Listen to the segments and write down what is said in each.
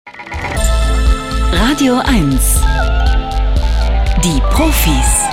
Radio 1. Die Profis.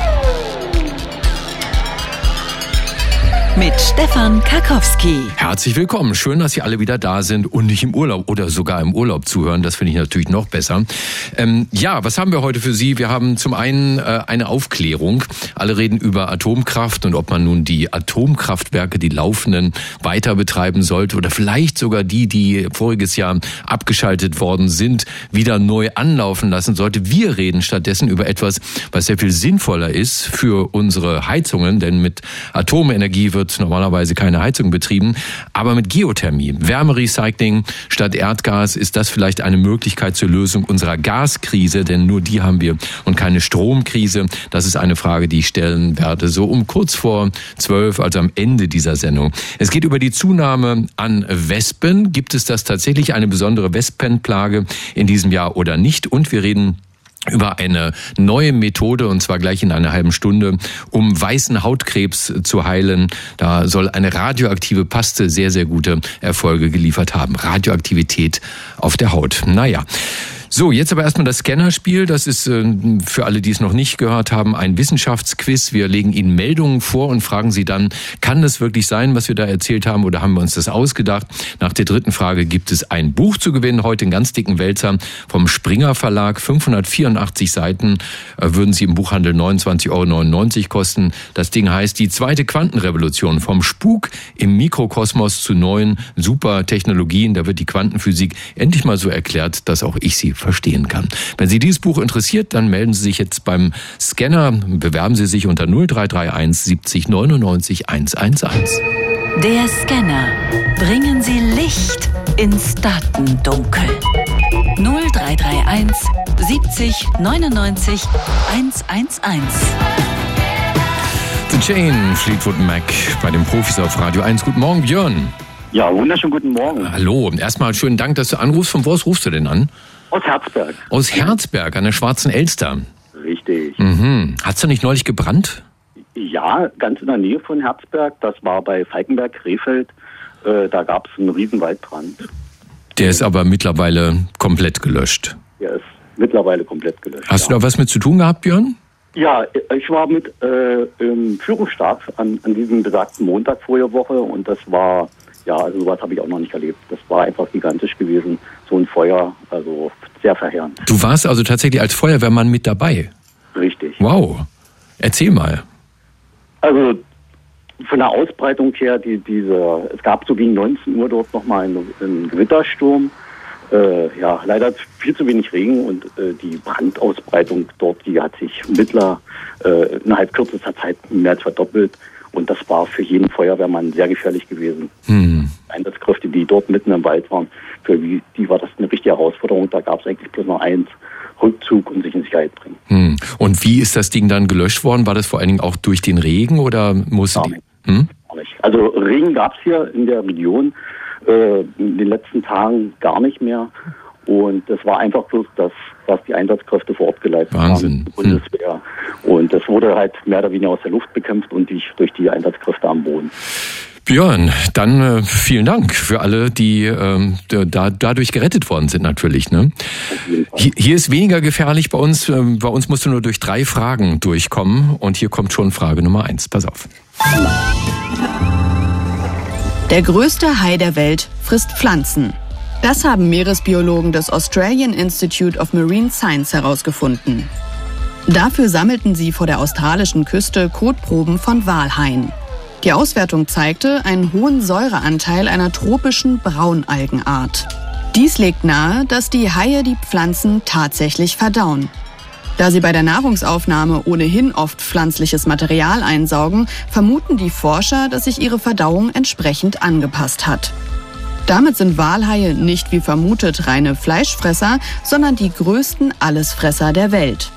Mit Stefan Karkowski. Herzlich willkommen. Schön, dass Sie alle wieder da sind und nicht im Urlaub oder sogar im Urlaub zuhören. Das finde ich natürlich noch besser. Was haben wir heute für Sie? Wir haben zum einen eine Aufklärung. Alle reden über Atomkraft und ob man nun die Atomkraftwerke, die laufenden, weiter betreiben sollte oder vielleicht sogar die voriges Jahr abgeschaltet worden sind, wieder neu anlaufen lassen sollte. Wir reden stattdessen über etwas, was sehr viel sinnvoller ist für unsere Heizungen, denn mit Atomenergie wird normalerweise keine Heizung betrieben, aber mit Geothermie, Wärmerecycling statt Erdgas ist das vielleicht eine Möglichkeit zur Lösung unserer Gaskrise, denn nur die haben wir und keine Stromkrise. Das ist eine Frage, die ich stellen werde, so um kurz vor 12, also am Ende dieser Sendung. Es geht über die Zunahme an Wespen. Gibt es das tatsächlich, eine besondere Wespenplage in diesem Jahr oder nicht? Und wir reden über eine neue Methode, und zwar gleich in einer halben Stunde, um weißen Hautkrebs zu heilen. Da soll eine radioaktive Paste sehr, sehr gute Erfolge geliefert haben. Radioaktivität auf der Haut. Naja. So, jetzt aber erstmal das Scannerspiel. Das ist für alle, die es noch nicht gehört haben, ein Wissenschaftsquiz. Wir legen Ihnen Meldungen vor und fragen Sie dann, kann das wirklich sein, was wir da erzählt haben, oder haben wir uns das ausgedacht? Nach der dritten Frage gibt es ein Buch zu gewinnen, heute einen ganz dicken Wälzer vom Springer Verlag. 584 Seiten würden Sie im Buchhandel 29,99 € kosten. Das Ding heißt Die zweite Quantenrevolution, vom Spuk im Mikrokosmos zu neuen Supertechnologien. Da wird die Quantenphysik endlich mal so erklärt, dass auch ich sie verstehen kann. Wenn Sie dieses Buch interessiert, dann melden Sie sich jetzt beim Scanner. Bewerben Sie sich unter 0331 70 99 111. Der Scanner. Bringen Sie Licht ins Datendunkel. 0331 70 99 111. The Chain, Fleetwood Mac bei den Profis auf Radio 1. Guten Morgen, Björn. Ja, wunderschönen guten Morgen. Hallo, erstmal schönen Dank, dass du anrufst. Von wo aus rufst du denn an? Aus Herzberg. Aus Herzberg, an der Schwarzen Elster. Richtig. Hat's da nicht neulich gebrannt? Ja, ganz in der Nähe von Herzberg. Das war bei Falkenberg, Krefeld. Da gab es einen riesen Waldbrand. Der ist aber mittlerweile komplett gelöscht. Der ist mittlerweile komplett gelöscht. Hast du da was mit zu tun gehabt, Björn? Ja, ich war mit im Führungsstab an diesem besagten Montag vorige Woche und das war... Ja, also sowas habe ich auch noch nicht erlebt. Das war einfach gigantisch gewesen. So ein Feuer, also sehr verheerend. Du warst also tatsächlich als Feuerwehrmann mit dabei? Richtig. Wow. Erzähl mal. Also von der Ausbreitung her, es gab so gegen 19 Uhr dort nochmal einen Gewittersturm. Leider viel zu wenig Regen und die Brandausbreitung dort, die hat sich innerhalb kürzester Zeit mehr als verdoppelt. Und das war für jeden Feuerwehrmann sehr gefährlich gewesen. Einsatzkräfte, die dort mitten im Wald waren, für die war das eine richtige Herausforderung. Da gab es eigentlich bloß noch eins, Rückzug und sich in Sicherheit bringen. Und wie ist das Ding dann gelöscht worden? War das vor allen Dingen auch durch den Regen oder musste Gar nicht. Also Regen gab es hier in der Region in den letzten Tagen gar nicht mehr. Und das war einfach bloß das, was die Einsatzkräfte vor Ort geleistet Wahnsinn. haben, die Bundeswehr. Und das wurde halt mehr oder weniger aus der Luft bekämpft und durch die Einsatzkräfte am Boden. Björn, dann vielen Dank für alle, die dadurch gerettet worden sind natürlich. Ne? Hier ist weniger gefährlich bei uns. Bei uns musst du nur durch 3 Fragen durchkommen. Und hier kommt schon Frage Nummer 1. Pass auf. Der größte Hai der Welt frisst Pflanzen. Das haben Meeresbiologen des Australian Institute of Marine Science herausgefunden. Dafür sammelten sie vor der australischen Küste Kotproben von Walhaien. Die Auswertung zeigte einen hohen Säureanteil einer tropischen Braunalgenart. Dies legt nahe, dass die Haie die Pflanzen tatsächlich verdauen. Da sie bei der Nahrungsaufnahme ohnehin oft pflanzliches Material einsaugen, vermuten die Forscher, dass sich ihre Verdauung entsprechend angepasst hat. Damit sind Walhaie nicht wie vermutet reine Fleischfresser, sondern die größten Allesfresser der Welt.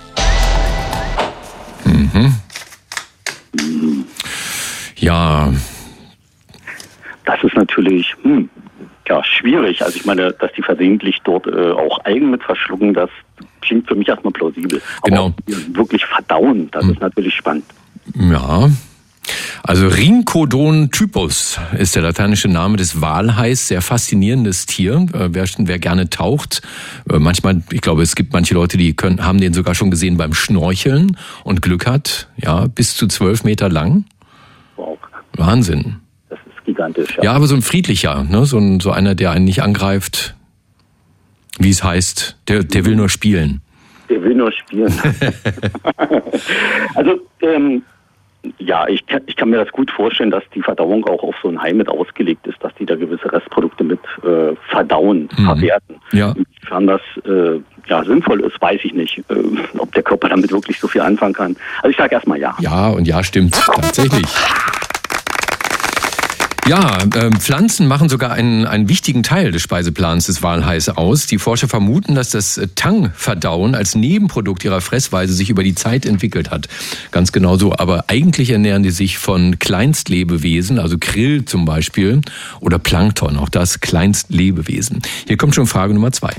Ja. Das ist natürlich schwierig. Also ich meine, dass die versehentlich dort auch Algen mit verschlucken, das klingt für mich erstmal plausibel. Genau. Aber wirklich verdauen, das ist natürlich spannend. Ja. Also Rhincodon typus ist der lateinische Name des Walhais, sehr faszinierendes Tier. Wer gerne taucht, manchmal, ich glaube, es gibt manche Leute, die haben den sogar schon gesehen beim Schnorcheln und Glück hat, ja, bis zu 12 Meter lang. Wow. Wahnsinn. Das ist gigantisch. Ja, aber so ein friedlicher, ne? So einer, der einen nicht angreift, wie es heißt, der will nur spielen. Der will nur spielen. Also, ja, ich kann mir das gut vorstellen, dass die Verdauung auch auf so ein Hai mit ausgelegt ist, dass die da gewisse Restprodukte mit verdauen, verwerten. Ja. Inwiefern das sinnvoll ist, weiß ich nicht. Ob der Körper damit wirklich so viel anfangen kann. Also ich sage erstmal ja. Ja, und ja stimmt, tatsächlich. Ja, Pflanzen machen sogar einen wichtigen Teil des Speiseplans des Walhais aus. Die Forscher vermuten, dass das Tang-Verdauen als Nebenprodukt ihrer Fressweise sich über die Zeit entwickelt hat. Ganz genau so. Aber eigentlich ernähren die sich von Kleinstlebewesen, also Krill zum Beispiel, oder Plankton, auch das Kleinstlebewesen. Hier kommt schon Frage Nummer 2.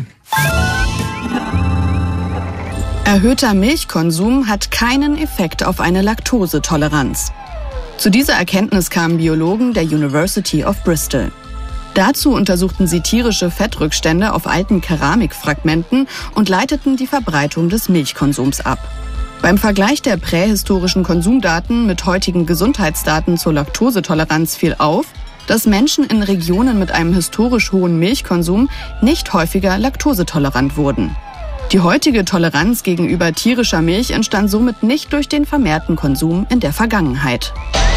Erhöhter Milchkonsum hat keinen Effekt auf eine Laktosetoleranz. Zu dieser Erkenntnis kamen Biologen der University of Bristol. Dazu untersuchten sie tierische Fettrückstände auf alten Keramikfragmenten und leiteten die Verbreitung des Milchkonsums ab. Beim Vergleich der prähistorischen Konsumdaten mit heutigen Gesundheitsdaten zur Laktosetoleranz fiel auf, dass Menschen in Regionen mit einem historisch hohen Milchkonsum nicht häufiger laktosetolerant wurden. Die heutige Toleranz gegenüber tierischer Milch entstand somit nicht durch den vermehrten Konsum in der Vergangenheit.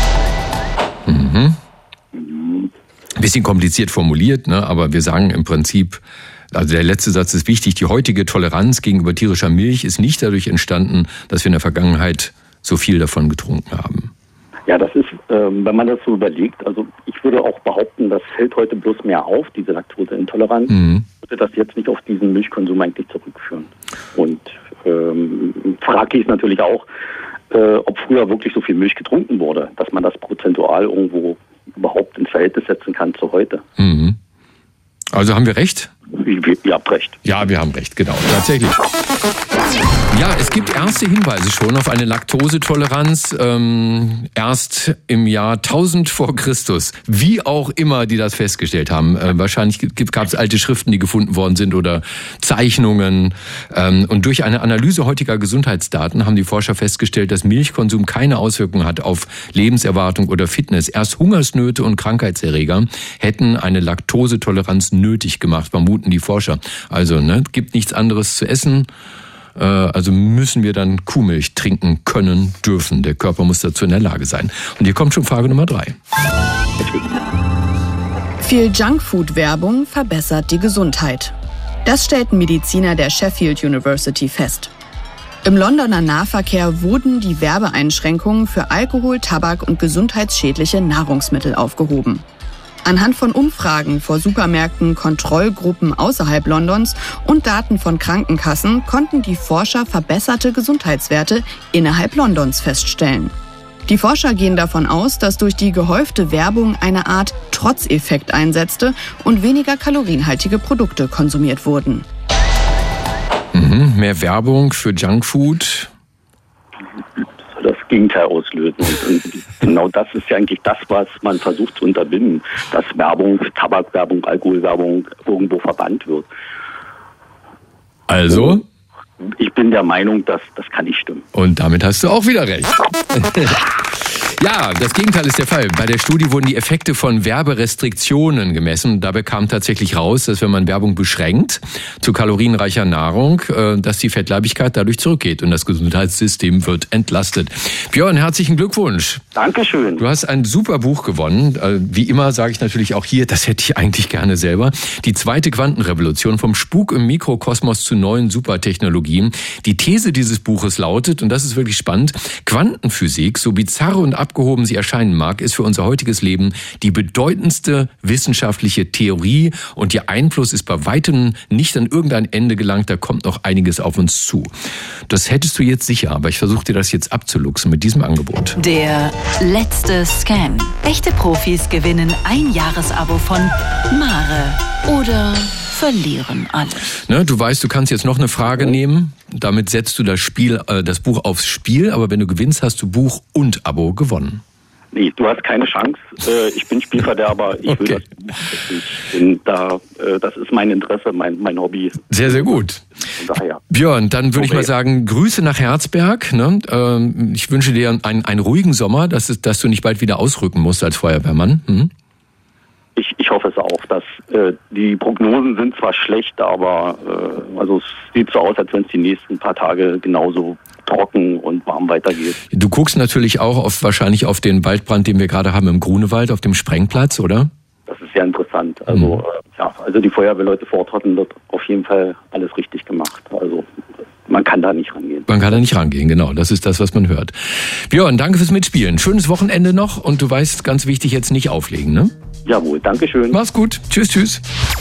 Bisschen kompliziert formuliert, ne? Aber wir sagen im Prinzip, also der letzte Satz ist wichtig, die heutige Toleranz gegenüber tierischer Milch ist nicht dadurch entstanden, dass wir in der Vergangenheit so viel davon getrunken haben. Ja, das ist, wenn man das so überlegt, also ich würde auch behaupten, das fällt heute bloß mehr auf, diese Laktoseintoleranz. Würde das jetzt nicht auf diesen Milchkonsum eigentlich zurückführen. Und fraglich ist natürlich auch, ob früher wirklich so viel Milch getrunken wurde, dass man das prozentual irgendwo überhaupt ins Verhältnis setzen kann zu heute. Also haben wir recht? Ihr habt recht. Ja, wir haben recht, genau, tatsächlich. Ja, es gibt erste Hinweise schon auf eine Laktosetoleranz, erst im Jahr 1000 vor Christus. Wie auch immer die das festgestellt haben. Wahrscheinlich gab es alte Schriften, die gefunden worden sind oder Zeichnungen. Und durch eine Analyse heutiger Gesundheitsdaten haben die Forscher festgestellt, dass Milchkonsum keine Auswirkungen hat auf Lebenserwartung oder Fitness. Erst Hungersnöte und Krankheitserreger hätten eine Laktosetoleranz nötig gemacht, vermuten die Forscher. Also, gibt nichts anderes zu essen. Also müssen wir dann Kuhmilch trinken können, dürfen. Der Körper muss dazu in der Lage sein. Und hier kommt schon Frage Nummer 3. Viel Junkfood-Werbung verbessert die Gesundheit. Das stellten Mediziner der Sheffield University fest. Im Londoner Nahverkehr wurden die Werbeeinschränkungen für Alkohol, Tabak und gesundheitsschädliche Nahrungsmittel aufgehoben. Anhand von Umfragen vor Supermärkten, Kontrollgruppen außerhalb Londons und Daten von Krankenkassen konnten die Forscher verbesserte Gesundheitswerte innerhalb Londons feststellen. Die Forscher gehen davon aus, dass durch die gehäufte Werbung eine Art Trotzeffekt einsetzte und weniger kalorienhaltige Produkte konsumiert wurden. Mehr Werbung für Junkfood. Das Gegenteil auslösen. Und genau das ist ja eigentlich das, was man versucht zu unterbinden, dass Werbung, Tabakwerbung, Alkoholwerbung irgendwo verbannt wird. Also? Ich bin der Meinung, dass das kann nicht stimmen. Und damit hast du auch wieder recht. Ja, das Gegenteil ist der Fall. Bei der Studie wurden die Effekte von Werberestriktionen gemessen. Dabei kam tatsächlich raus, dass wenn man Werbung beschränkt zu kalorienreicher Nahrung, dass die Fettleibigkeit dadurch zurückgeht und das Gesundheitssystem wird entlastet. Björn, herzlichen Glückwunsch. Dankeschön. Du hast ein super Buch gewonnen. Wie immer sage ich natürlich auch hier, das hätte ich eigentlich gerne selber. Die zweite Quantenrevolution, vom Spuk im Mikrokosmos zu neuen Supertechnologien. Die These dieses Buches lautet, und das ist wirklich spannend, Quantenphysik, so bizarr und abgehoben sie erscheinen mag, ist für unser heutiges Leben die bedeutendste wissenschaftliche Theorie und ihr Einfluss ist bei weitem nicht an irgendein Ende gelangt, da kommt noch einiges auf uns zu. Das hättest du jetzt sicher, aber ich versuche dir das jetzt abzuluxen mit diesem Angebot. Der letzte Scan. Echte Profis gewinnen ein Jahresabo von Mare oder verlieren alles. Du weißt, du kannst jetzt noch eine Frage nehmen. Damit setzt du das Buch aufs Spiel. Aber wenn du gewinnst, hast du Buch und Abo gewonnen. Nee, du hast keine Chance. Ich bin Spielverderber. Ich will das nicht. Das ist mein Interesse, mein Hobby. Sehr, sehr gut. Von daher. Björn, dann würde ich mal sagen, Grüße nach Herzberg. Ne? Ich wünsche dir einen ruhigen Sommer, dass du nicht bald wieder ausrücken musst als Feuerwehrmann. Mhm. Ich hoffe es auch, dass die Prognosen sind zwar schlecht, aber also es sieht so aus, als wenn es die nächsten paar Tage genauso trocken und warm weitergeht. Du guckst natürlich auch wahrscheinlich auf den Waldbrand, den wir gerade haben im Grunewald, auf dem Sprengplatz, oder? Das ist sehr interessant. Also also die Feuerwehrleute vor Ort hatten dort auf jeden Fall alles richtig gemacht. Also man kann da nicht rangehen. Man kann da nicht rangehen, genau. Das ist das, was man hört. Björn, danke fürs Mitspielen. Schönes Wochenende noch und du weißt, ganz wichtig, jetzt nicht auflegen, ne? Jawohl, danke schön. Mach's gut. Tschüss, tschüss.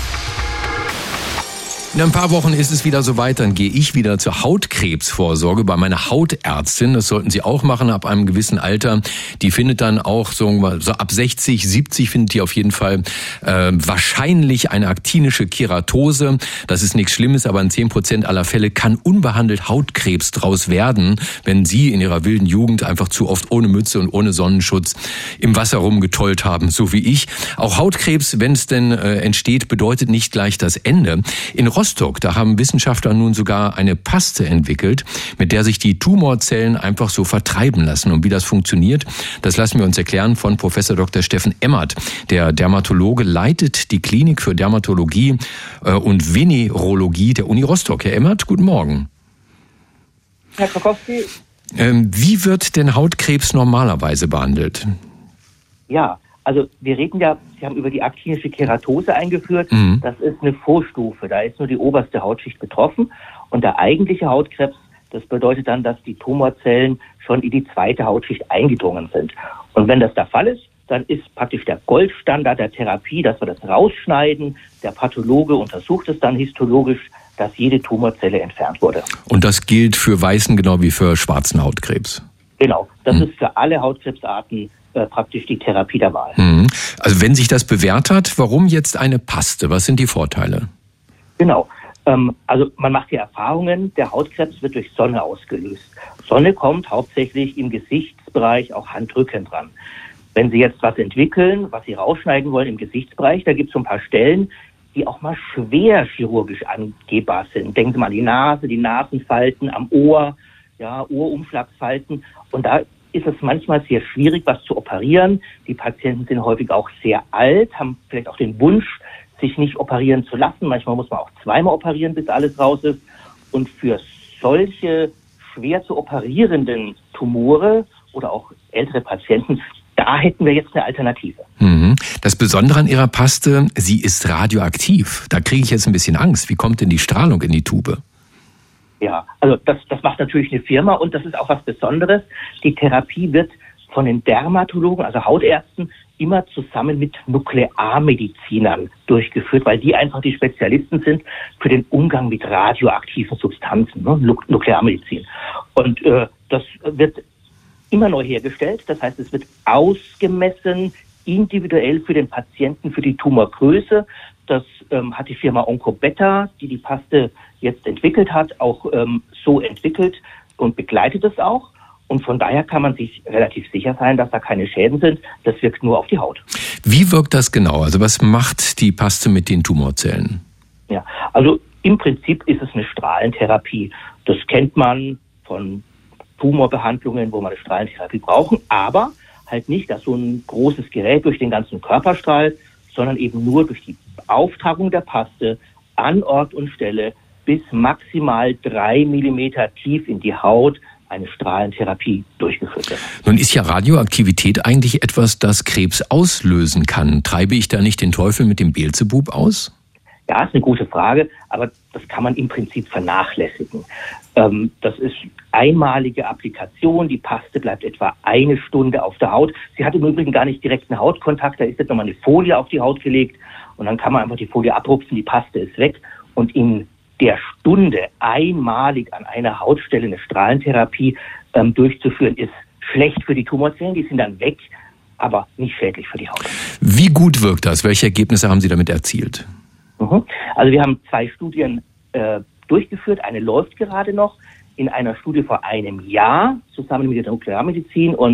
In ein paar Wochen ist es wieder soweit, dann gehe ich wieder zur Hautkrebsvorsorge bei meiner Hautärztin. Das sollten Sie auch machen ab einem gewissen Alter. Die findet dann auch so ab 60, 70 findet die auf jeden Fall wahrscheinlich eine aktinische Keratose. Das ist nichts Schlimmes, aber in 10% aller Fälle kann unbehandelt Hautkrebs draus werden, wenn Sie in Ihrer wilden Jugend einfach zu oft ohne Mütze und ohne Sonnenschutz im Wasser rumgetollt haben, so wie ich. Auch Hautkrebs, wenn es denn entsteht, bedeutet nicht gleich das Ende. In Rostock, da haben Wissenschaftler nun sogar eine Paste entwickelt, mit der sich die Tumorzellen einfach so vertreiben lassen. Und wie das funktioniert, das lassen wir uns erklären von Professor Dr. Steffen Emmert. Der Dermatologe leitet die Klinik für Dermatologie und Venerologie der Uni Rostock. Herr Emmert, guten Morgen. Herr Krakowski. Wie wird denn Hautkrebs normalerweise behandelt? Ja, also wir reden ja, Sie haben über die aktinische Keratose eingeführt. Das ist eine Vorstufe, da ist nur die oberste Hautschicht betroffen. Und der eigentliche Hautkrebs, das bedeutet dann, dass die Tumorzellen schon in die zweite Hautschicht eingedrungen sind. Und wenn das der Fall ist, dann ist praktisch der Goldstandard der Therapie, dass wir das rausschneiden. Der Pathologe untersucht es dann histologisch, dass jede Tumorzelle entfernt wurde. Und das gilt für weißen genau wie für schwarzen Hautkrebs? Genau, das ist für alle Hautkrebsarten praktisch die Therapie der Wahl. Also wenn sich das bewährt hat, warum jetzt eine Paste? Was sind die Vorteile? Genau. Also man macht die Erfahrungen, der Hautkrebs wird durch Sonne ausgelöst. Sonne kommt hauptsächlich im Gesichtsbereich, auch handrückend dran. Wenn Sie jetzt was entwickeln, was Sie rausschneiden wollen im Gesichtsbereich, da gibt es so ein paar Stellen, die auch mal schwer chirurgisch angehbar sind. Denken Sie mal an die Nase, die Nasenfalten, am Ohr, ja, Ohrumschlagsfalten. Und da ist es manchmal sehr schwierig, was zu operieren. Die Patienten sind häufig auch sehr alt, haben vielleicht auch den Wunsch, sich nicht operieren zu lassen. Manchmal muss man auch zweimal operieren, bis alles raus ist. Und für solche schwer zu operierenden Tumore oder auch ältere Patienten, da hätten wir jetzt eine Alternative. Das Besondere an Ihrer Paste, sie ist radioaktiv. Da kriege ich jetzt ein bisschen Angst. Wie kommt denn die Strahlung in die Tube? Ja, also das macht natürlich eine Firma und das ist auch was Besonderes. Die Therapie wird von den Dermatologen, also Hautärzten, immer zusammen mit Nuklearmedizinern durchgeführt, weil die einfach die Spezialisten sind für den Umgang mit radioaktiven Substanzen, ne? Nuklearmedizin. Und das wird immer neu hergestellt, das heißt, es wird ausgemessen, individuell für den Patienten, für die Tumorgröße. Das hat die Firma Oncobetta, die Paste jetzt entwickelt hat, auch so entwickelt und begleitet es auch. Und von daher kann man sich relativ sicher sein, dass da keine Schäden sind. Das wirkt nur auf die Haut. Wie wirkt das genau? Also was macht die Paste mit den Tumorzellen? Ja, also im Prinzip ist es eine Strahlentherapie. Das kennt man von Tumorbehandlungen, wo man eine Strahlentherapie brauchen, aber halt nicht, dass so ein großes Gerät durch den ganzen Körper strahlt, sondern eben nur durch die Auftragung der Paste an Ort und Stelle bis maximal 3 Millimeter tief in die Haut eine Strahlentherapie durchgeführt wird. Nun ist ja Radioaktivität eigentlich etwas, das Krebs auslösen kann. Treibe ich da nicht den Teufel mit dem Beelzebub aus? Ja, ist eine gute Frage, aber das kann man im Prinzip vernachlässigen. Das ist einmalige Applikation, die Paste bleibt etwa 1 Stunde auf der Haut. Sie hat im Übrigen gar nicht direkten Hautkontakt, da ist jetzt nochmal eine Folie auf die Haut gelegt und dann kann man einfach die Folie abrupfen, die Paste ist weg und in der Stunde einmalig an einer Hautstelle eine Strahlentherapie durchzuführen, ist schlecht für die Tumorzellen, die sind dann weg, aber nicht schädlich für die Haut. Wie gut wirkt das? Welche Ergebnisse haben Sie damit erzielt? Also wir haben 2 Studien durchgeführt, eine läuft gerade noch, in einer Studie vor einem Jahr zusammen mit der Nuklearmedizin und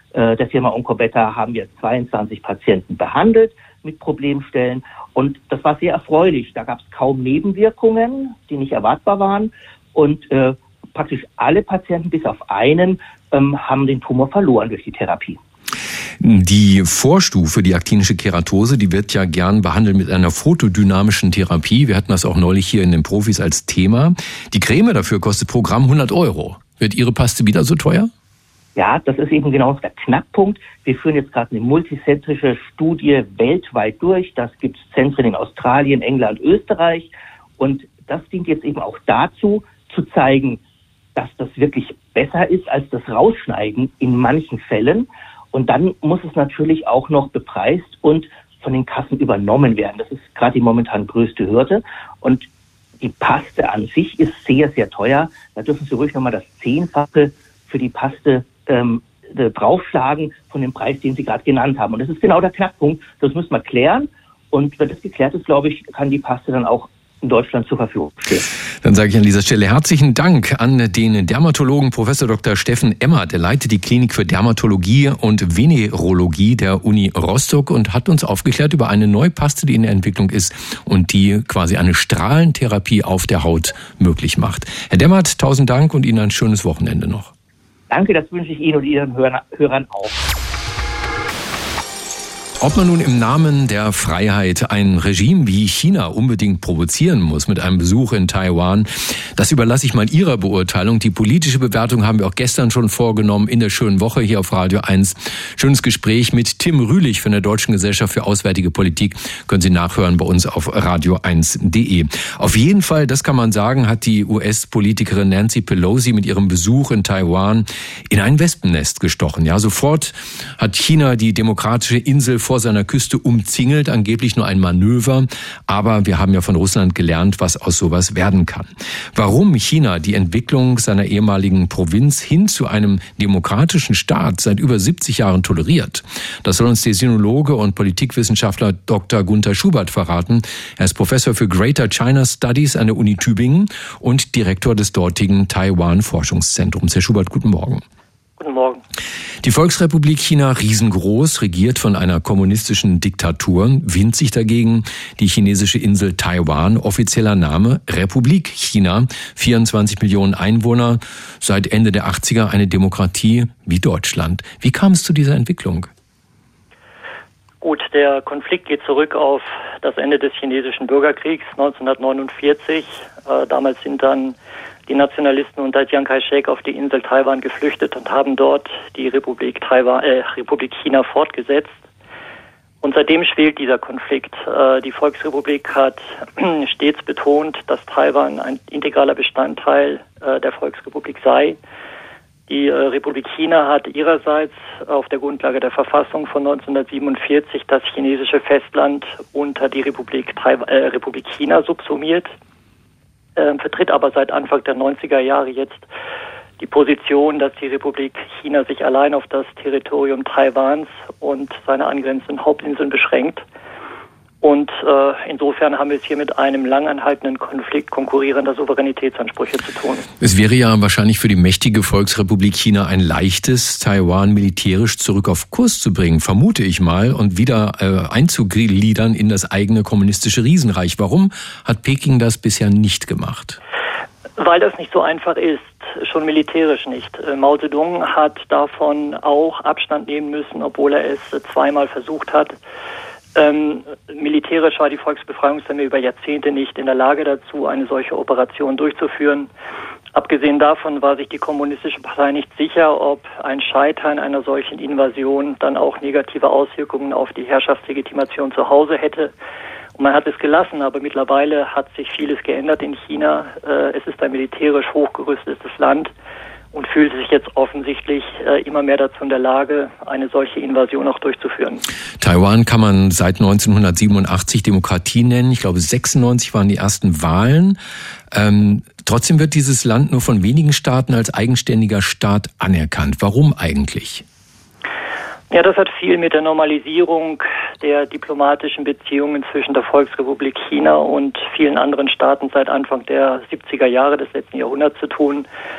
der Firma OncoBeta haben wir 22 Patienten behandelt mit Problemstellen und das war sehr erfreulich. Da gab es kaum Nebenwirkungen, die nicht erwartbar waren und praktisch alle Patienten bis auf einen haben den Tumor verloren durch die Therapie. Die Vorstufe, die aktinische Keratose, die wird ja gern behandelt mit einer photodynamischen Therapie. Wir hatten das auch neulich hier in den Profis als Thema. Die Creme dafür kostet pro Gramm 100 €. Wird Ihre Paste wieder so teuer? Ja, das ist eben genau der Knackpunkt. Wir führen jetzt gerade eine multizentrische Studie weltweit durch. Das gibt es Zentren in Australien, England, Österreich. Und das dient jetzt eben auch dazu, zu zeigen, dass das wirklich besser ist als das Rausschneiden in manchen Fällen. Und dann muss es natürlich auch noch bepreist und von den Kassen übernommen werden. Das ist gerade die momentan größte Hürde. Und die Paste an sich ist sehr, sehr teuer. Da dürfen Sie ruhig nochmal das 10-fache für die Paste draufschlagen von dem Preis, den Sie gerade genannt haben. Und das ist genau der Knackpunkt. Das müssen wir klären. Und wenn das geklärt ist, glaube ich, kann die Paste dann auch in Deutschland zur Verfügung stehen. Dann sage ich an dieser Stelle herzlichen Dank an den Dermatologen Professor Dr. Steffen Emmert. Er leitet die Klinik für Dermatologie und Venerologie der Uni Rostock und hat uns aufgeklärt über eine neue Paste, die in der Entwicklung ist und die quasi eine Strahlentherapie auf der Haut möglich macht. Herr Demmert, 1000 Dank und Ihnen ein schönes Wochenende noch. Danke, das wünsche ich Ihnen und Ihren Hörern auch. Ob man nun im Namen der Freiheit ein Regime wie China unbedingt provozieren muss mit einem Besuch in Taiwan, das überlasse ich mal Ihrer Beurteilung. Die politische Bewertung haben wir auch gestern schon vorgenommen in der schönen Woche hier auf Radio 1. Schönes Gespräch mit Tim Rühlich von der Deutschen Gesellschaft für Auswärtige Politik. Können Sie nachhören bei uns auf radio1.de. Auf jeden Fall, das kann man sagen, hat die US-Politikerin Nancy Pelosi mit ihrem Besuch in Taiwan in ein Wespennest gestochen. Ja, sofort hat China die demokratische Insel vor seiner Küste umzingelt, angeblich nur ein Manöver. Aber wir haben ja von Russland gelernt, was aus sowas werden kann. Warum China die Entwicklung seiner ehemaligen Provinz hin zu einem demokratischen Staat seit über 70 Jahren toleriert, das soll uns der Sinologe und Politikwissenschaftler Dr. Gunther Schubert verraten. Er ist Professor für Greater China Studies an der Uni Tübingen und Direktor des dortigen Taiwan-Forschungszentrums. Herr Schubert, guten Morgen. Guten Morgen. Die Volksrepublik China, riesengroß, regiert von einer kommunistischen Diktatur, winzig dagegen die chinesische Insel Taiwan, offizieller Name Republik China, 24 Millionen Einwohner, seit Ende der 80er eine Demokratie wie Deutschland. Wie kam es zu dieser Entwicklung? Gut, der Konflikt geht zurück auf das Ende des chinesischen Bürgerkriegs 1949. Damals sind dann die Nationalisten unter Chiang Kai-shek auf die Insel Taiwan geflüchtet und haben dort die Republik China fortgesetzt. Und seitdem schwelt dieser Konflikt. Die Volksrepublik hat stets betont, dass Taiwan ein integraler Bestandteil der Volksrepublik sei. Die Republik China hat ihrerseits auf der Grundlage der Verfassung von 1947 das chinesische Festland unter die Republik China subsumiert. Vertritt aber seit Anfang der 90er Jahre jetzt die Position, dass die Republik China sich allein auf das Territorium Taiwans und seine angrenzenden Hauptinseln beschränkt. Und insofern haben wir es hier mit einem langanhaltenden Konflikt konkurrierender Souveränitätsansprüche zu tun. Es wäre ja wahrscheinlich für die mächtige Volksrepublik China ein leichtes, Taiwan militärisch zurück auf Kurs zu bringen, vermute ich mal, und wieder einzugliedern in das eigene kommunistische Riesenreich. Warum hat Peking das bisher nicht gemacht? Weil das nicht so einfach ist, schon militärisch nicht. Mao Zedong hat davon auch Abstand nehmen müssen, obwohl er es zweimal versucht hat. Militärisch war die Volksbefreiungsarmee über Jahrzehnte nicht in der Lage dazu, eine solche Operation durchzuführen. Abgesehen davon war sich die Kommunistische Partei nicht sicher, ob ein Scheitern einer solchen Invasion dann auch negative Auswirkungen auf die Herrschaftslegitimation zu Hause hätte. Und man hat es gelassen, aber mittlerweile hat sich vieles geändert in China. Es ist ein militärisch hochgerüstetes Land und fühlt sich jetzt offensichtlich immer mehr dazu in der Lage, eine solche Invasion auch durchzuführen. Taiwan kann man seit 1987 Demokratie nennen. Ich glaube, 96 waren die ersten Wahlen. Trotzdem wird dieses Land nur von wenigen Staaten als eigenständiger Staat anerkannt. Warum eigentlich? Ja, das hat viel mit der Normalisierung der diplomatischen Beziehungen zwischen der Volksrepublik China und vielen anderen Staaten seit Anfang der 70er Jahre des letzten Jahrhunderts zu tun.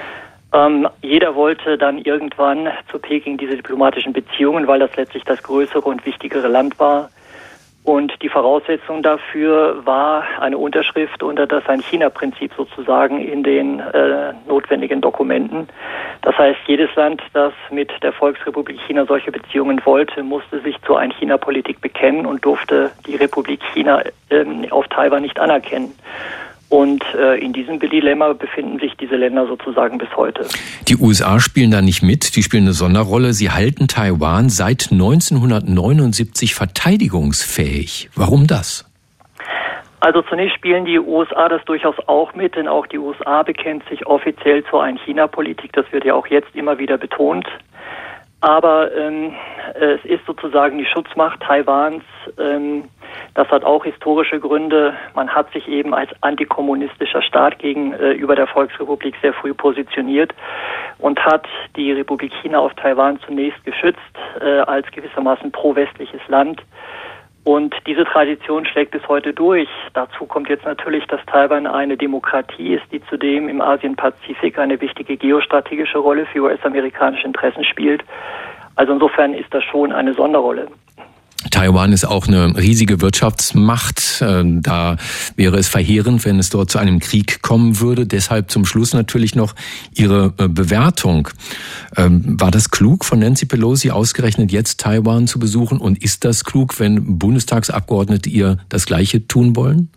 Jeder wollte dann irgendwann zu Peking diese diplomatischen Beziehungen, weil das letztlich das größere und wichtigere Land war. Und die Voraussetzung dafür war eine Unterschrift unter das Ein-China-Prinzip sozusagen in den notwendigen Dokumenten. Das heißt, jedes Land, das mit der Volksrepublik China solche Beziehungen wollte, musste sich zur Ein-China-Politik bekennen und durfte die Republik China auf Taiwan nicht anerkennen. Und in diesem Dilemma befinden sich diese Länder sozusagen bis heute. Die USA spielen da nicht mit, die spielen eine Sonderrolle. Sie halten Taiwan seit 1979 verteidigungsfähig. Warum das? Also zunächst spielen die USA das durchaus auch mit, denn auch die USA bekennt sich offiziell zur Ein-China-Politik. Das wird ja auch jetzt immer wieder betont. Aber es ist sozusagen die Schutzmacht Taiwans. Das hat auch historische Gründe. Man hat sich eben als antikommunistischer Staat gegenüber der Volksrepublik sehr früh positioniert und hat die Republik China auf Taiwan zunächst geschützt als gewissermaßen pro-westliches Land. Und diese Tradition schlägt bis heute durch. Dazu kommt jetzt natürlich, dass Taiwan eine Demokratie ist, die zudem im Asien-Pazifik eine wichtige geostrategische Rolle für US-amerikanische Interessen spielt. Also insofern ist das schon eine Sonderrolle. Taiwan ist auch eine riesige Wirtschaftsmacht. Da wäre es verheerend, wenn es dort zu einem Krieg kommen würde. Deshalb zum Schluss natürlich noch Ihre Bewertung. War das klug von Nancy Pelosi, ausgerechnet jetzt Taiwan zu besuchen? Und ist das klug, wenn Bundestagsabgeordnete ihr das Gleiche tun wollen?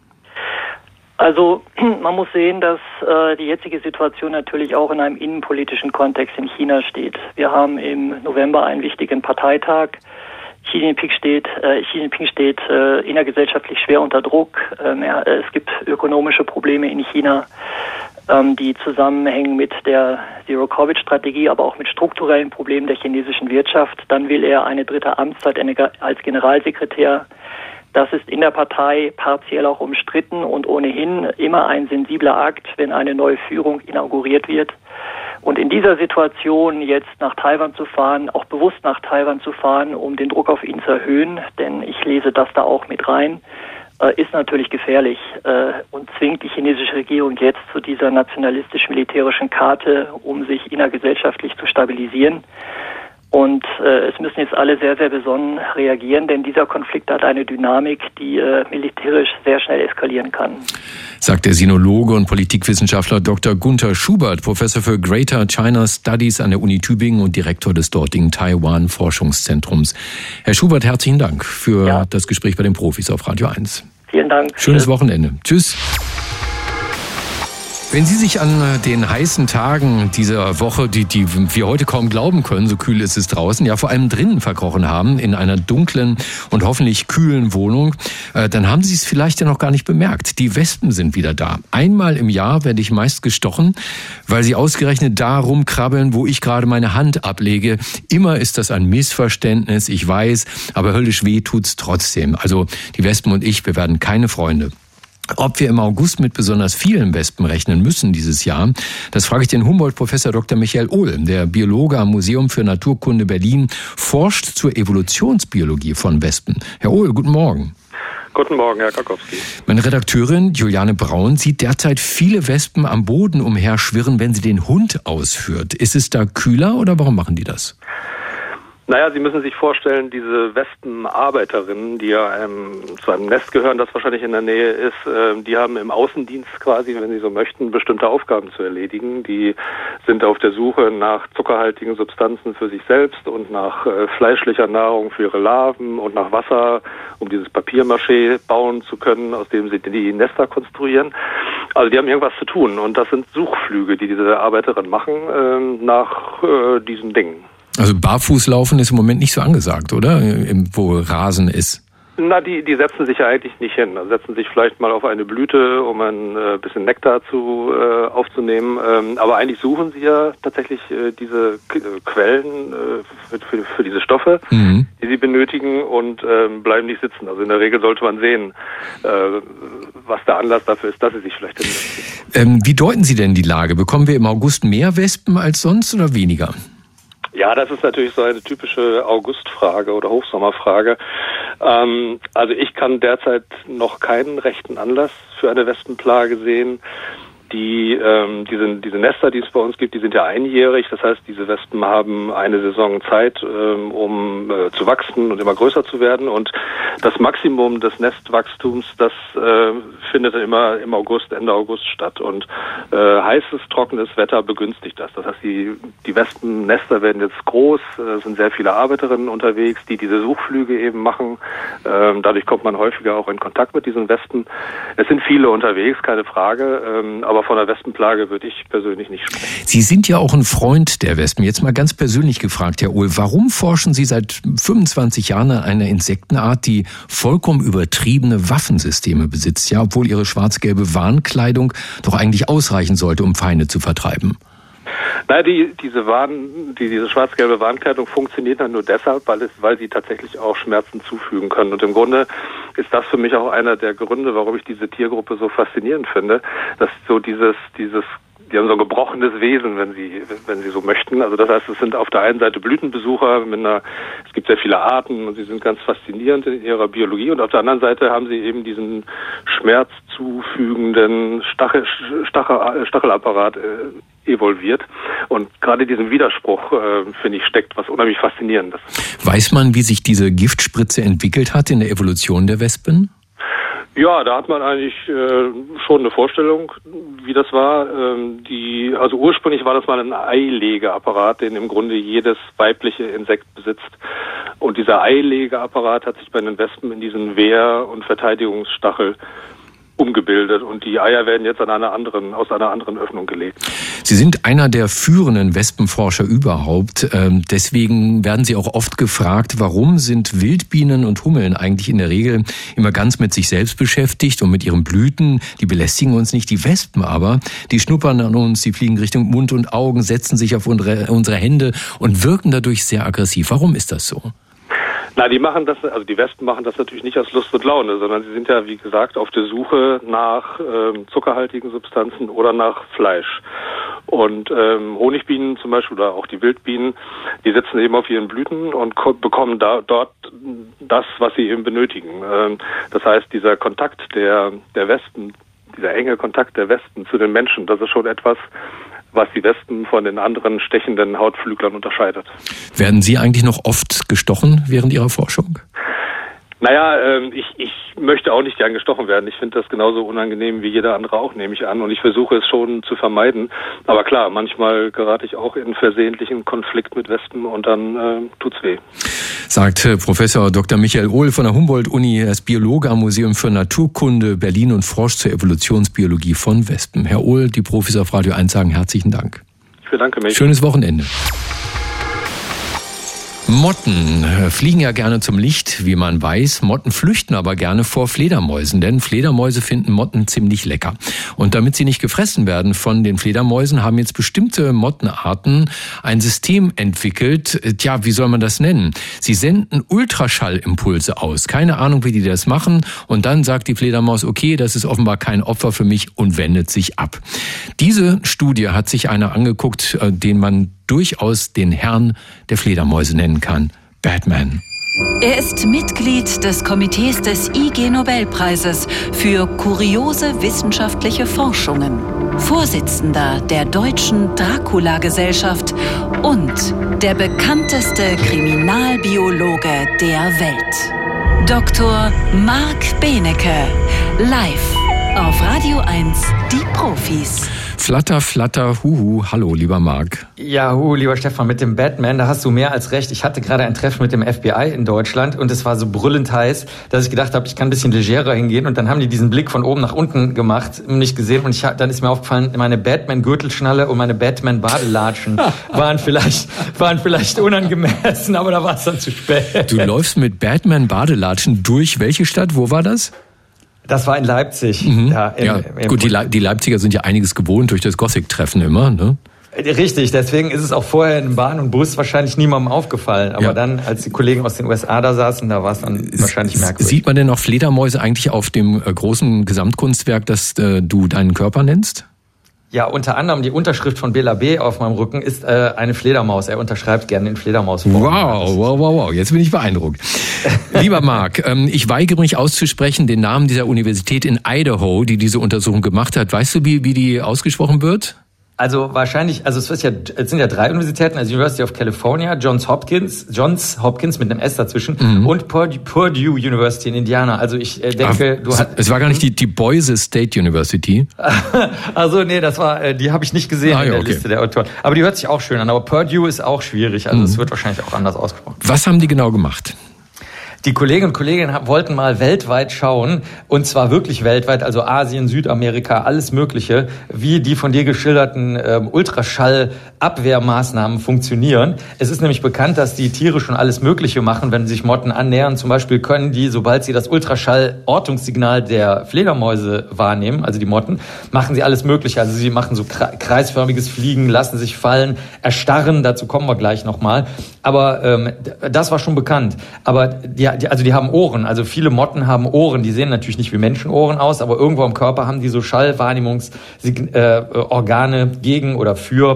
Also man muss sehen, dass die jetzige Situation natürlich auch in einem innenpolitischen Kontext in China steht. Wir haben im November einen wichtigen Parteitag. Xi Jinping steht innergesellschaftlich schwer unter Druck. Es gibt ökonomische Probleme in China, die zusammenhängen mit der Zero-Covid-Strategie, aber auch mit strukturellen Problemen der chinesischen Wirtschaft. Dann will er eine dritte Amtszeit als Generalsekretär. Das ist in der Partei partiell auch umstritten und ohnehin immer ein sensibler Akt, wenn eine neue Führung inauguriert wird. Und in dieser Situation jetzt nach Taiwan zu fahren, auch bewusst nach Taiwan zu fahren, um den Druck auf ihn zu erhöhen, denn ich lese das da auch mit rein, ist natürlich gefährlich und zwingt die chinesische Regierung jetzt zu dieser nationalistisch-militärischen Karte, um sich innergesellschaftlich zu stabilisieren. Und es müssen jetzt alle sehr, sehr besonnen reagieren, denn dieser Konflikt hat eine Dynamik, die militärisch sehr schnell eskalieren kann. Sagt der Sinologe und Politikwissenschaftler Dr. Gunther Schubert, Professor für Greater China Studies an der Uni Tübingen und Direktor des dortigen Taiwan-Forschungszentrums. Herr Schubert, herzlichen Dank für das Gespräch bei den Profis auf Radio 1. Vielen Dank. Schönes Wochenende. Tschüss. Wenn Sie sich an den heißen Tagen dieser Woche, die wir heute kaum glauben können, so kühl ist es draußen, ja vor allem drinnen verkrochen haben, in einer dunklen und hoffentlich kühlen Wohnung, dann haben Sie es vielleicht ja noch gar nicht bemerkt. Die Wespen sind wieder da. Einmal im Jahr werde ich meist gestochen, weil sie ausgerechnet da rumkrabbeln, wo ich gerade meine Hand ablege. Immer ist das ein Missverständnis, ich weiß, aber höllisch weh tut's trotzdem. Also die Wespen und ich, wir werden keine Freunde. Ob wir im August mit besonders vielen Wespen rechnen müssen dieses Jahr, das frage ich den Humboldt-Professor Dr. Michael Ohl. Der Biologe am Museum für Naturkunde Berlin forscht zur Evolutionsbiologie von Wespen. Herr Ohl, guten Morgen. Guten Morgen, Herr Kakowski. Meine Redakteurin Juliane Braun sieht derzeit viele Wespen am Boden umherschwirren, wenn sie den Hund ausführt. Ist es da kühler oder warum machen die das? Naja, Sie müssen sich vorstellen, diese Wespenarbeiterinnen, die ja zu einem Nest gehören, das wahrscheinlich in der Nähe ist, die haben im Außendienst quasi, wenn Sie so möchten, bestimmte Aufgaben zu erledigen. Die sind auf der Suche nach zuckerhaltigen Substanzen für sich selbst und nach fleischlicher Nahrung für ihre Larven und nach Wasser, um dieses Papier-Mâché bauen zu können, aus dem sie die Nester konstruieren. Also die haben irgendwas zu tun und das sind Suchflüge, die diese Arbeiterinnen machen nach diesen Dingen. Also Barfußlaufen ist im Moment nicht so angesagt, oder? Wo Rasen ist. Na, die setzen sich ja eigentlich nicht hin. Also setzen sich vielleicht mal auf eine Blüte, um ein bisschen Nektar aufzunehmen. Aber eigentlich suchen sie ja tatsächlich diese Quellen für diese Stoffe, die sie benötigen und bleiben nicht sitzen. Also in der Regel sollte man sehen, was der Anlass dafür ist, dass sie sich vielleicht hinsetzen. Wie deuten Sie denn die Lage? Bekommen wir im August mehr Wespen als sonst oder weniger? Ja, das ist natürlich so eine typische Augustfrage oder Hochsommerfrage. Also ich kann derzeit noch keinen rechten Anlass für eine Wespenplage sehen. Diese Nester, die es bei uns gibt, die sind ja einjährig. Das heißt, diese Wespen haben eine Saison Zeit, um zu wachsen und immer größer zu werden. Und das Maximum des Nestwachstums, das findet dann immer im August, Ende August statt. Und heißes, trockenes Wetter begünstigt das. Das heißt, die Wespennester werden jetzt groß, sind sehr viele Arbeiterinnen unterwegs, die diese Suchflüge eben machen. Dadurch kommt man häufiger auch in Kontakt mit diesen Wespen. Es sind viele unterwegs, keine Frage, aber von der Wespenplage würde ich persönlich nicht sprechen. Sie sind ja auch ein Freund der Wespen. Jetzt mal ganz persönlich gefragt, Herr Ohl, warum forschen Sie seit 25 Jahren an einer Insektenart, die vollkommen übertriebene Waffensysteme besitzt, ja, obwohl ihre schwarz-gelbe Warnkleidung doch eigentlich ausreichen sollte, um Feinde zu vertreiben? Naja, diese schwarz-gelbe Warnkleidung funktioniert dann nur deshalb, weil sie tatsächlich auch Schmerzen zufügen können. Und im Grunde ist das für mich auch einer der Gründe, warum ich diese Tiergruppe so faszinierend finde, dass so die haben so ein gebrochenes Wesen, wenn sie so möchten. Also das heißt, es sind auf der einen Seite Blütenbesucher es gibt sehr viele Arten und sie sind ganz faszinierend in ihrer Biologie, und auf der anderen Seite haben sie eben diesen schmerzzufügenden Stachelapparat evolviert. Und gerade diesen Widerspruch, finde ich, steckt was unheimlich Faszinierendes. Weiß man, wie sich diese Giftspritze entwickelt hat in der Evolution der Wespen? Ja, da hat man eigentlich schon eine Vorstellung, wie das war. Also ursprünglich war das mal ein Eilegeapparat, den im Grunde jedes weibliche Insekt besitzt. Und dieser Eilegeapparat hat sich bei den Wespen in diesen Wehr- und Verteidigungsstachel umgebildet, und die Eier werden jetzt aus einer anderen Öffnung gelegt. Sie sind einer der führenden Wespenforscher überhaupt. Deswegen werden Sie auch oft gefragt, warum sind Wildbienen und Hummeln eigentlich in der Regel immer ganz mit sich selbst beschäftigt und mit ihren Blüten. Die belästigen uns nicht, die Wespen aber. Die schnuppern an uns, die fliegen Richtung Mund und Augen, setzen sich auf unsere Hände und wirken dadurch sehr aggressiv. Warum ist das so? Na, die Wespen machen das natürlich nicht aus Lust und Laune, sondern sie sind ja, wie gesagt, auf der Suche nach zuckerhaltigen Substanzen oder nach Fleisch. Und Honigbienen zum Beispiel oder auch die Wildbienen, die sitzen eben auf ihren Blüten und bekommen dort das, was sie eben benötigen. Das heißt, dieser Kontakt der Wespen, dieser enge Kontakt der Wespen zu den Menschen, das ist schon etwas, was die Wespen von den anderen stechenden Hautflüglern unterscheidet. Werden Sie eigentlich noch oft gestochen während Ihrer Forschung? Naja, ich möchte auch nicht gern gestochen werden. Ich finde das genauso unangenehm wie jeder andere auch, nehme ich an. Und ich versuche es schon zu vermeiden. Aber klar, manchmal gerate ich auch in versehentlichen Konflikt mit Wespen und dann tut's weh. Sagt Professor Dr. Michael Ohl von der Humboldt-Uni. Er ist Biologe am Museum für Naturkunde Berlin und forscht zur Evolutionsbiologie von Wespen. Herr Ohl, die Profis auf Radio 1 sagen herzlichen Dank. Ich bedanke mich. Schönes Wochenende. Motten fliegen ja gerne zum Licht, wie man weiß. Motten flüchten aber gerne vor Fledermäusen, denn Fledermäuse finden Motten ziemlich lecker. Und damit sie nicht gefressen werden von den Fledermäusen, haben jetzt bestimmte Mottenarten ein System entwickelt. Tja, wie soll man das nennen? Sie senden Ultraschallimpulse aus. Keine Ahnung, wie die das machen. Und dann sagt die Fledermaus, okay, das ist offenbar kein Opfer für mich, und wendet sich ab. Diese Studie hat sich einer angeguckt, den man durchaus den Herrn der Fledermäuse nennen kann, Batman. Er ist Mitglied des Komitees des IG-Nobelpreises für kuriose wissenschaftliche Forschungen, Vorsitzender der Deutschen Dracula-Gesellschaft und der bekannteste Kriminalbiologe der Welt. Dr. Marc Benecke, live auf Radio 1, die Profis. Flatter, flatter, huhu. Hallo, lieber Marc. Ja, lieber Stefan, mit dem Batman, da hast du mehr als recht. Ich hatte gerade ein Treffen mit dem FBI in Deutschland und es war so brüllend heiß, dass ich gedacht habe, ich kann ein bisschen legerer hingehen, und dann haben die diesen Blick von oben nach unten gemacht, nicht gesehen, und dann ist mir aufgefallen, meine Batman-Gürtelschnalle und meine Batman-Badelatschen waren vielleicht unangemessen, aber da war es dann zu spät. Du läufst mit Batman-Badelatschen durch welche Stadt? Wo war das? Das war in Leipzig. Mhm. Ja, gut, die Leipziger sind ja einiges gewohnt durch das Gothic-Treffen immer, ne? Richtig, deswegen ist es auch vorher in Bahn und Bus wahrscheinlich niemandem aufgefallen. Aber dann, als die Kollegen aus den USA da saßen, da war es dann wahrscheinlich merkwürdig. Sieht man denn noch Fledermäuse eigentlich auf dem großen Gesamtkunstwerk, das du deinen Körper nennst? Ja, unter anderem die Unterschrift von Bela B. auf meinem Rücken ist eine Fledermaus. Er unterschreibt gerne in Fledermausform. Wow. Jetzt bin ich beeindruckt. Lieber Marc, ich weigere mich auszusprechen den Namen dieser Universität in Idaho, die diese Untersuchung gemacht hat. Weißt du, wie die ausgesprochen wird? Also wahrscheinlich, es sind ja 3 Universitäten, also University of California, Johns Hopkins mit einem S dazwischen und Purdue University in Indiana. Also ich denke, es war gar nicht die Boise State University. Also nee, die habe ich nicht gesehen in der Liste der Autoren. Aber die hört sich auch schön an, aber Purdue ist auch schwierig, also es wird wahrscheinlich auch anders ausgesprochen. Was haben die genau gemacht? Die Kolleginnen und Kollegen wollten mal weltweit schauen, und zwar wirklich weltweit, also Asien, Südamerika, alles Mögliche, wie die von dir geschilderten Ultraschallabwehrmaßnahmen funktionieren. Es ist nämlich bekannt, dass die Tiere schon alles Mögliche machen, wenn sich Motten annähern. Zum Beispiel können die, sobald sie das Ultraschall-Ortungssignal der Fledermäuse wahrnehmen, also die Motten, machen sie alles Mögliche. Also sie machen so kreisförmiges Fliegen, lassen sich fallen, erstarren, dazu kommen wir gleich nochmal. Aber das war schon bekannt. Aber die haben Ohren, also viele Motten haben Ohren, die sehen natürlich nicht wie Menschenohren aus, aber irgendwo im Körper haben die so Schallwahrnehmungsorgane gegen oder für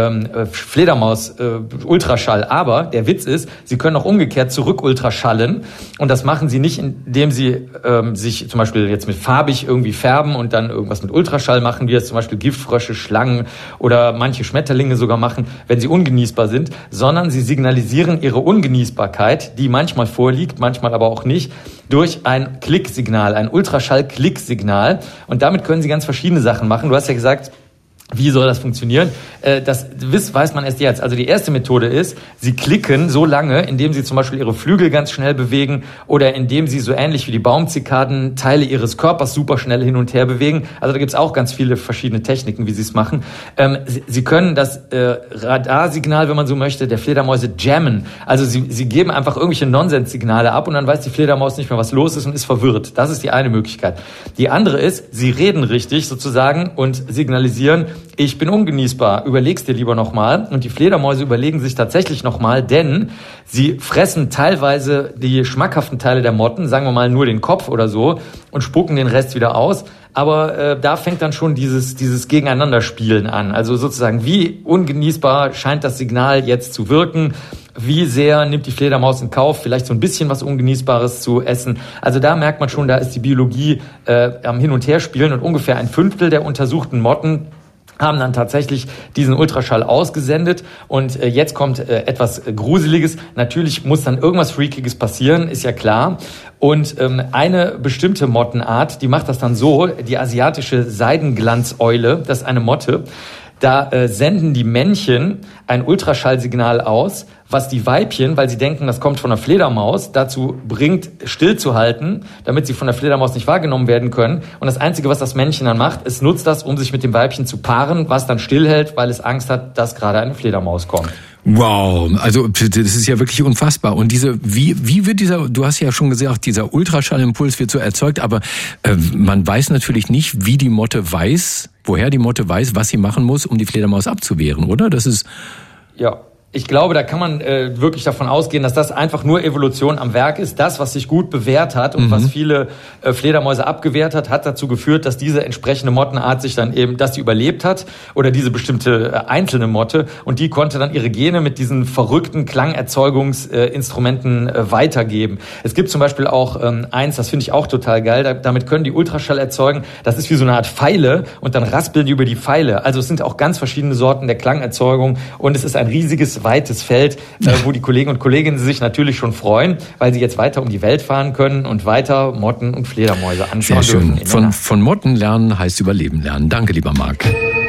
Fledermaus Ultraschall. Aber der Witz ist, sie können auch umgekehrt zurück ultraschallen, und das machen sie nicht, indem sie sich zum Beispiel jetzt mit farbig irgendwie färben und dann irgendwas mit Ultraschall machen, wie es zum Beispiel Giftfrösche, Schlangen oder manche Schmetterlinge sogar machen, wenn sie ungenießbar sind, sondern sie signalisieren ihre Ungenießbarkeit, die manchmal vorliegt, manchmal aber auch nicht, durch ein Klicksignal, ein Ultraschall-Klicksignal. Und damit können sie ganz verschiedene Sachen machen. Du hast ja gesagt, wie soll das funktionieren? Das weiß man erst jetzt. Also die erste Methode ist, sie klicken so lange, indem sie zum Beispiel ihre Flügel ganz schnell bewegen oder indem sie so ähnlich wie die Baumzikaden Teile ihres Körpers super schnell hin und her bewegen. Also da gibt's auch ganz viele verschiedene Techniken, wie sie es machen. Sie können das Radarsignal, wenn man so möchte, der Fledermäuse jammen. Also sie geben einfach irgendwelche Nonsenssignale ab und dann weiß die Fledermaus nicht mehr, was los ist und ist verwirrt. Das ist die eine Möglichkeit. Die andere ist, sie reden richtig sozusagen und signalisieren, ich bin ungenießbar, überleg's dir lieber nochmal. Und die Fledermäuse überlegen sich tatsächlich nochmal, denn sie fressen teilweise die schmackhaften Teile der Motten, sagen wir mal nur den Kopf oder so, und spucken den Rest wieder aus. Aber da fängt dann schon dieses Gegeneinanderspielen an. Also sozusagen, wie ungenießbar scheint das Signal jetzt zu wirken? Wie sehr nimmt die Fledermaus in Kauf, vielleicht so ein bisschen was Ungenießbares zu essen? Also da merkt man schon, da ist die Biologie am Hin- und Herspielen, und ungefähr 1/5 der untersuchten Motten haben dann tatsächlich diesen Ultraschall ausgesendet. Und jetzt kommt etwas Gruseliges. Natürlich muss dann irgendwas Freakiges passieren, ist ja klar. Und eine bestimmte Mottenart, die macht das dann so, die asiatische Seidenglanzeule, das ist eine Motte. Da senden die Männchen ein Ultraschallsignal aus, was die Weibchen, weil sie denken, das kommt von der Fledermaus, dazu bringt, stillzuhalten, damit sie von der Fledermaus nicht wahrgenommen werden können. Und das Einzige, was das Männchen dann macht, es nutzt das, um sich mit dem Weibchen zu paaren, was dann stillhält, weil es Angst hat, dass gerade eine Fledermaus kommt. Wow, also das ist ja wirklich unfassbar. Und wie wird du hast ja schon gesagt, dieser Ultraschallimpuls wird so erzeugt, aber man weiß natürlich nicht, wie die Motte weiß, woher die Motte weiß, was sie machen muss, um die Fledermaus abzuwehren, oder? Das ist... Ja. Ich glaube, da kann man wirklich davon ausgehen, dass das einfach nur Evolution am Werk ist. Das, was sich gut bewährt hat und was viele Fledermäuse abgewehrt hat dazu geführt, dass diese entsprechende Mottenart sich dann eben, dass die überlebt hat, oder diese bestimmte einzelne Motte, und die konnte dann ihre Gene mit diesen verrückten Klangerzeugungsinstrumenten weitergeben. Es gibt zum Beispiel auch eins, das finde ich auch total geil, damit können die Ultraschall erzeugen, das ist wie so eine Art Pfeile, und dann raspeln die über die Pfeile. Also es sind auch ganz verschiedene Sorten der Klangerzeugung, und es ist ein riesiges, weites Feld, wo die Kollegen und Kolleginnen sich natürlich schon freuen, weil sie jetzt weiter um die Welt fahren können und weiter Motten und Fledermäuse anschauen dürfen. Sehr schön. Von Motten lernen heißt Überleben lernen. Danke, lieber Marc.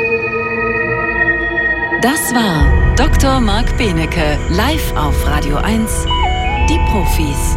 Das war Dr. Marc Benecke, live auf Radio 1, die Profis.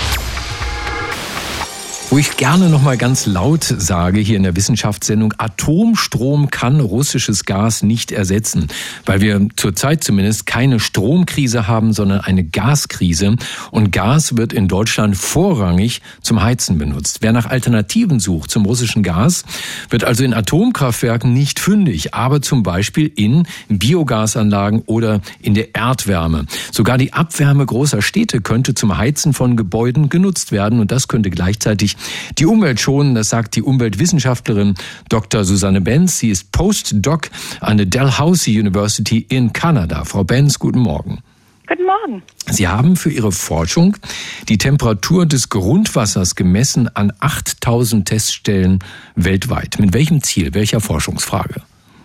Wo ich gerne noch mal ganz laut sage hier in der Wissenschaftssendung, Atomstrom kann russisches Gas nicht ersetzen, weil wir zurzeit zumindest keine Stromkrise haben, sondern eine Gaskrise. Und Gas wird in Deutschland vorrangig zum Heizen benutzt. Wer nach Alternativen sucht zum russischen Gas, wird also in Atomkraftwerken nicht fündig, aber zum Beispiel in Biogasanlagen oder in der Erdwärme. Sogar die Abwärme großer Städte könnte zum Heizen von Gebäuden genutzt werden, und das könnte gleichzeitig Die Umwelt schonen, das sagt die Umweltwissenschaftlerin Dr. Susanne Benz. Sie ist Postdoc an der Dalhousie University in Kanada. Frau Benz, guten Morgen. Guten Morgen. Sie haben für Ihre Forschung die Temperatur des Grundwassers gemessen an 8000 Teststellen weltweit. Mit welchem Ziel, welcher Forschungsfrage?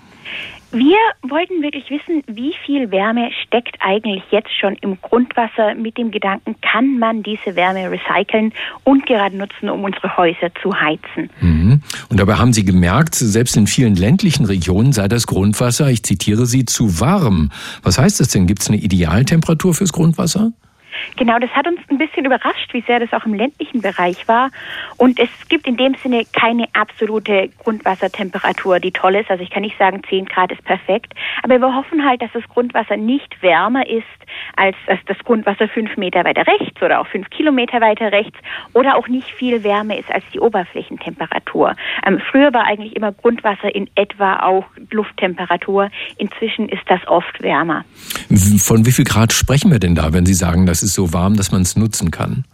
Wir wollten wirklich wissen, wie viel Wärme steckt eigentlich jetzt schon im Grundwasser, mit dem Gedanken, kann man diese Wärme recyceln und gerade nutzen, um unsere Häuser zu heizen. Und dabei haben Sie gemerkt, selbst in vielen ländlichen Regionen sei das Grundwasser, ich zitiere Sie, zu warm. Was heißt das denn? Gibt es eine Idealtemperatur fürs Grundwasser? Genau, das hat uns ein bisschen überrascht, wie sehr das auch im ländlichen Bereich war. Und es gibt in dem Sinne keine absolute Grundwassertemperatur, die toll ist. Also ich kann nicht sagen, 10 Grad ist perfekt. Aber wir hoffen halt, dass das Grundwasser nicht wärmer ist als das Grundwasser 5 Meter weiter rechts oder auch 5 Kilometer weiter rechts oder auch nicht viel wärmer ist als die Oberflächentemperatur. Früher war eigentlich immer Grundwasser in etwa auch Lufttemperatur. Inzwischen ist das oft wärmer. Von wie viel Grad sprechen wir denn da, wenn Sie sagen, das ist so warm, dass man es nutzen kann?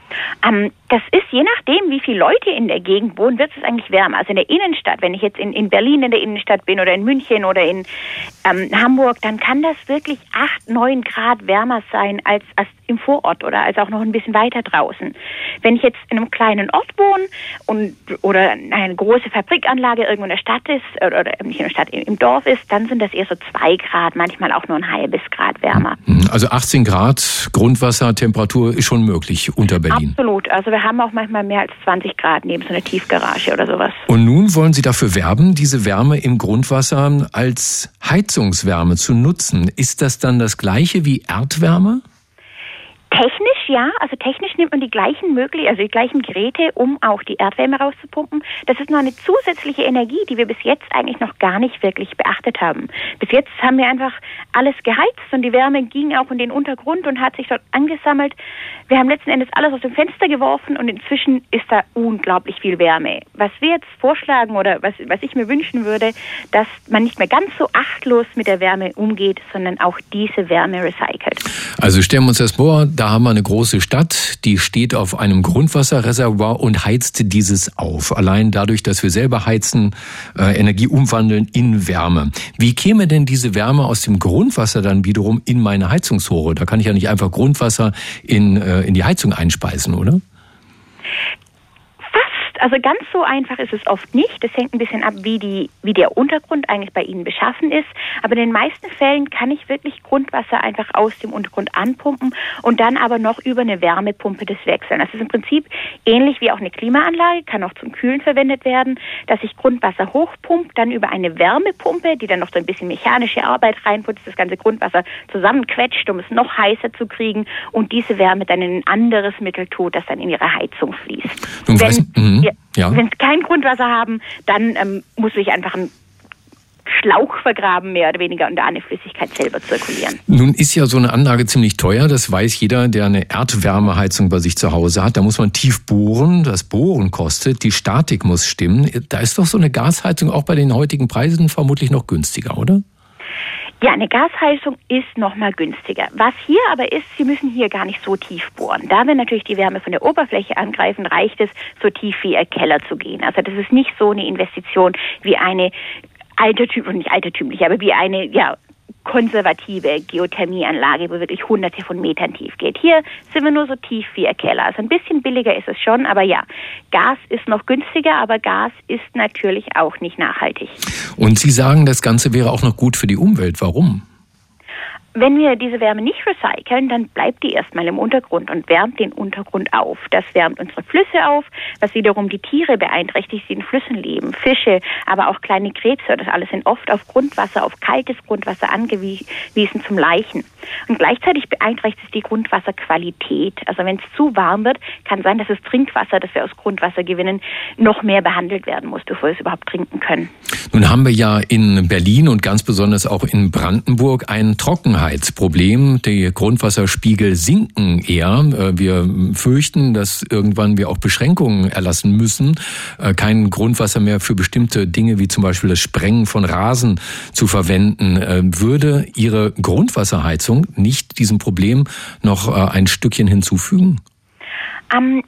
Das ist je nachdem, wie viele Leute in der Gegend wohnen, wird es eigentlich wärmer. Also in der Innenstadt, wenn ich jetzt in Berlin in der Innenstadt bin oder in München oder in Hamburg, dann kann das wirklich 8, 9 Grad wärmer sein als im Vorort oder als auch noch ein bisschen weiter draußen. Wenn ich jetzt in einem kleinen Ort wohne oder eine große Fabrikanlage irgendwo in der Stadt ist oder nicht in der Stadt, im Dorf ist, dann sind das eher so 2 Grad, manchmal auch nur ein halbes Grad wärmer. Also 18 Grad Grundwassertemperatur ist schon möglich unter Berlin. Absolut. Also wir haben auch manchmal mehr als 20 Grad neben so einer Tiefgarage oder sowas. Und nun wollen Sie dafür werben, diese Wärme im Grundwasser als Heizungswärme zu nutzen. Ist das dann das Gleiche wie Erdwärme? Technisch ja, also technisch nimmt man die gleichen Geräte, um auch die Erdwärme rauszupumpen. Das ist noch eine zusätzliche Energie, die wir bis jetzt eigentlich noch gar nicht wirklich beachtet haben. Bis jetzt haben wir einfach alles geheizt und die Wärme ging auch in den Untergrund und hat sich dort angesammelt. Wir haben letzten Endes alles aus dem Fenster geworfen und inzwischen ist da unglaublich viel Wärme. Was wir jetzt vorschlagen oder was ich mir wünschen würde, dass man nicht mehr ganz so achtlos mit der Wärme umgeht, sondern auch diese Wärme recycelt. Also stellen wir uns das vor, da haben wir eine große Stadt, die steht auf einem Grundwasserreservoir und heizt dieses auf. Allein dadurch, dass wir selber heizen, Energie umwandeln in Wärme. Wie käme denn diese Wärme aus dem Grundwasser dann wiederum in meine Heizungsrohre? Da kann ich ja nicht einfach Grundwasser in die Heizung einspeisen, oder? Also ganz so einfach ist es oft nicht. Das hängt ein bisschen ab, wie der Untergrund eigentlich bei Ihnen beschaffen ist. Aber in den meisten Fällen kann ich wirklich Grundwasser einfach aus dem Untergrund anpumpen und dann aber noch über eine Wärmepumpe das wechseln. Das ist im Prinzip ähnlich wie auch eine Klimaanlage, kann auch zum Kühlen verwendet werden, dass ich Grundwasser hochpumpe, dann über eine Wärmepumpe, die dann noch so ein bisschen mechanische Arbeit reinputzt, das ganze Grundwasser zusammenquetscht, um es noch heißer zu kriegen und diese Wärme dann in ein anderes Mittel tut, das dann in Ihre Heizung fließt. Wenn Sie kein Grundwasser haben, dann muss ich einfach einen Schlauch vergraben, mehr oder weniger, und da eine Flüssigkeit selber zirkulieren. Nun ist ja so eine Anlage ziemlich teuer, das weiß jeder, der eine Erdwärmeheizung bei sich zu Hause hat. Da muss man tief bohren, das Bohren kostet, die Statik muss stimmen. Da ist doch so eine Gasheizung auch bei den heutigen Preisen vermutlich noch günstiger, oder? Ja, eine Gasheizung ist noch mal günstiger. Was hier aber ist, Sie müssen hier gar nicht so tief bohren. Da wir natürlich die Wärme von der Oberfläche angreifen, reicht es, so tief wie Ihr Keller zu gehen. Also das ist nicht so eine Investition wie eine wie eine konservative Geothermieanlage, wo wirklich hunderte von Metern tief geht. Hier sind wir nur so tief wie Ihr Keller. Also ein bisschen billiger ist es schon, aber ja, Gas ist noch günstiger, aber Gas ist natürlich auch nicht nachhaltig. Und Sie sagen, das Ganze wäre auch noch gut für die Umwelt. Warum? Wenn wir diese Wärme nicht recyceln, dann bleibt die erstmal im Untergrund und wärmt den Untergrund auf. Das wärmt unsere Flüsse auf, was wiederum die Tiere beeinträchtigt, die in Flüssen leben. Fische, aber auch kleine Krebse, das alles sind oft auf Grundwasser, auf kaltes Grundwasser angewiesen zum Laichen. Und gleichzeitig beeinträchtigt es die Grundwasserqualität. Also wenn es zu warm wird, kann sein, dass das Trinkwasser, das wir aus Grundwasser gewinnen, noch mehr behandelt werden muss, bevor wir es überhaupt trinken können. Nun haben wir ja in Berlin und ganz besonders auch in Brandenburg ein Trockenheitsproblem. Die Grundwasserspiegel sinken eher. Wir fürchten, dass irgendwann wir auch Beschränkungen erlassen müssen. Kein Grundwasser mehr für bestimmte Dinge wie zum Beispiel das Sprengen von Rasen zu verwenden. Würde Ihre Grundwasserheizung nicht diesem Problem noch ein Stückchen hinzufügen?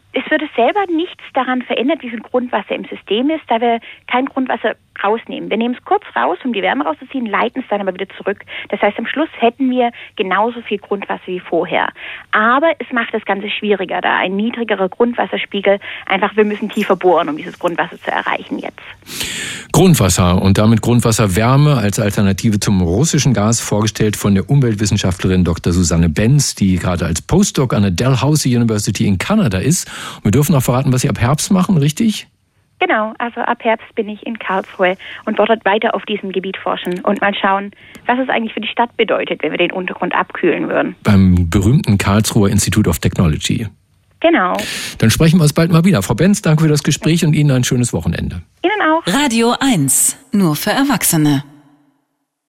Es würde selber nichts daran verändert, wie viel Grundwasser im System ist, da wir kein Grundwasser rausnehmen. Wir nehmen es kurz raus, um die Wärme rauszuziehen, leiten es dann aber wieder zurück. Das heißt, am Schluss hätten wir genauso viel Grundwasser wie vorher. Aber es macht das Ganze schwieriger, da ein niedrigerer Grundwasserspiegel einfach, wir müssen tiefer bohren, um dieses Grundwasser zu erreichen jetzt. Grundwasser und damit Grundwasserwärme als Alternative zum russischen Gas, vorgestellt von der Umweltwissenschaftlerin Dr. Susanne Benz, die gerade als Postdoc an der Dalhousie University in Kanada ist. Und wir dürfen auch verraten, was Sie ab Herbst machen, richtig? Genau, also ab Herbst bin ich in Karlsruhe und dort weiter auf diesem Gebiet forschen und mal schauen, was es eigentlich für die Stadt bedeutet, wenn wir den Untergrund abkühlen würden. Beim berühmten Karlsruher Institute of Technology. Genau. Dann sprechen wir uns bald mal wieder. Frau Benz, danke für das Gespräch und Ihnen ein schönes Wochenende. Ihnen auch. Radio 1, nur für Erwachsene.